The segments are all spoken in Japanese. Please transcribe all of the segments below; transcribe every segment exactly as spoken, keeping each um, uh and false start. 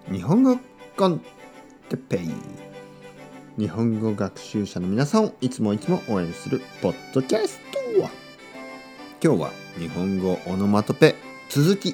日本語コンテッペイ。日本語学習者の皆さんをいつもいつも応援するポッドキャストは、今日は日本語オノマトペ続き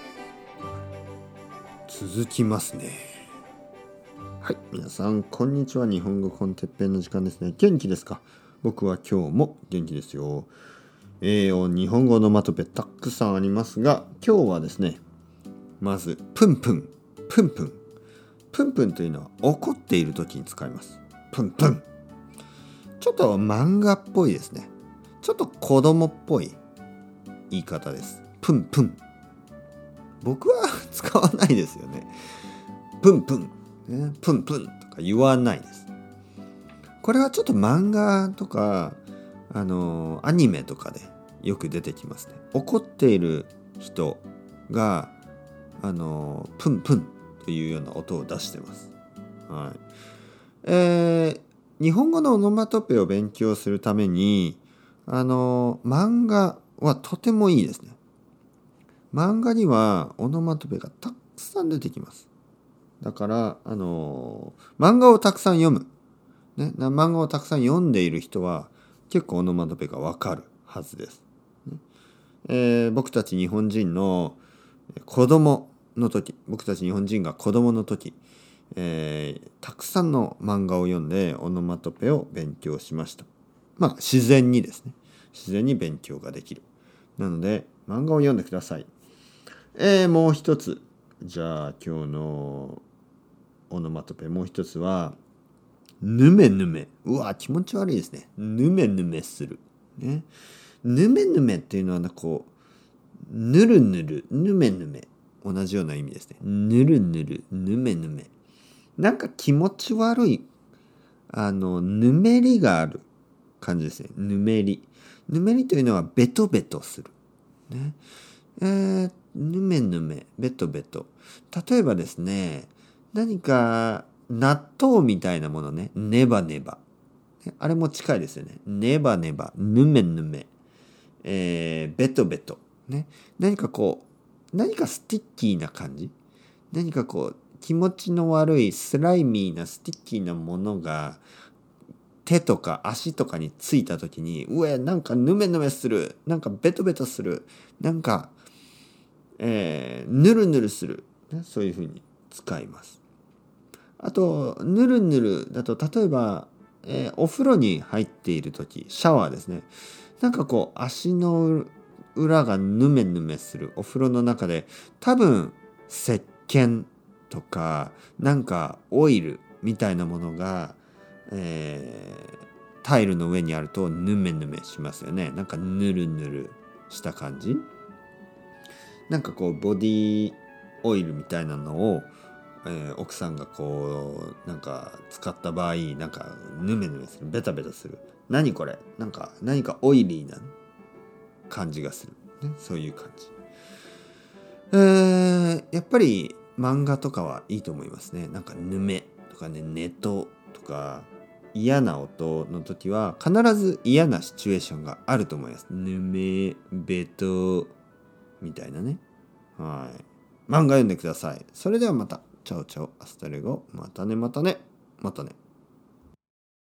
続きますね。はい、皆さんこんにちは。日本語コンテッペイの時間ですね。元気ですか？僕は今日も元気ですよ。えー、日本語オノマトペたくさんありますが、今日はですね、まずプンプンプンプンプンプンというのは怒っている時に使います。プンプン。ちょっと漫画っぽいですね。ちょっと子供っぽい言い方です。プンプン。僕は使わないですよね。プンプン、ね、プンプンとか言わないです。これはちょっと漫画とかあのアニメとかでよく出てきますね。怒っている人があのプンプンというような音を出してます。はい。えー、日本語のオノマトペを勉強するためにあの漫画はとてもいいですね。漫画にはオノマトペがたくさん出てきます。だからあの漫画をたくさん読む、ね、漫画をたくさん読んでいる人は結構オノマトペがわかるはずです。ねえー、僕たち日本人の子供の時、僕たち日本人が子供の時、えー、たくさんの漫画を読んでオノマトペを勉強しました。まあ自然にですね、自然に勉強ができる。なので漫画を読んでください。えー、もう一つ、じゃあ今日のオノマトペもう一つはぬめぬめ。うわ気持ち悪いですね。ぬめぬめする、ね、ぬめぬめっていうのはこうぬるぬる、ぬめぬめ、同じような意味ですね。ぬるぬる、ぬめぬめ。なんか気持ち悪い、あのぬめりがある感じですね。ぬめり。ぬめりというのはベトベトする、ね。えー、ぬめぬめ、ベトベト。例えばですね、何か納豆みたいなものね、ネバネバ。あれも近いですよね。ネバネバ、ぬめぬめ、えー、ベトベト。ね、何かこう、何かスティッキーな感じ。何かこう、気持ちの悪いスライミーなスティッキーなものが手とか足とかについた時に、うえ、なんかヌメヌメする、なんかベトベトする、なんか、えー、ヌルヌルする、ね、そういうふうに使います。あとヌルヌルだと、例えば、えー、お風呂に入っている時、シャワーですね。なんかこう足の裏がヌメヌメする、お風呂の中で多分石鹸とかなんかオイルみたいなものが、えー、タイルの上にあるとヌメヌメしますよね。なんかヌルヌルした感じ。なんかこうボディオイルみたいなのを、えー、奥さんがこうなんか使った場合、なんかヌメヌメする、ベタベタする。何これ、なんか何かオイリーな感じがする、ね、そういう感じ。えー、やっぱり漫画とかはいいと思いますね。なんかぬめとかね、ネトとか嫌な音の時は必ず嫌なシチュエーションがあると思います。ぬめ、ベトみたいなね。はい。漫画読んでください。それではまた。チャオチャオ、アスタレゴ。またねまたね。またね。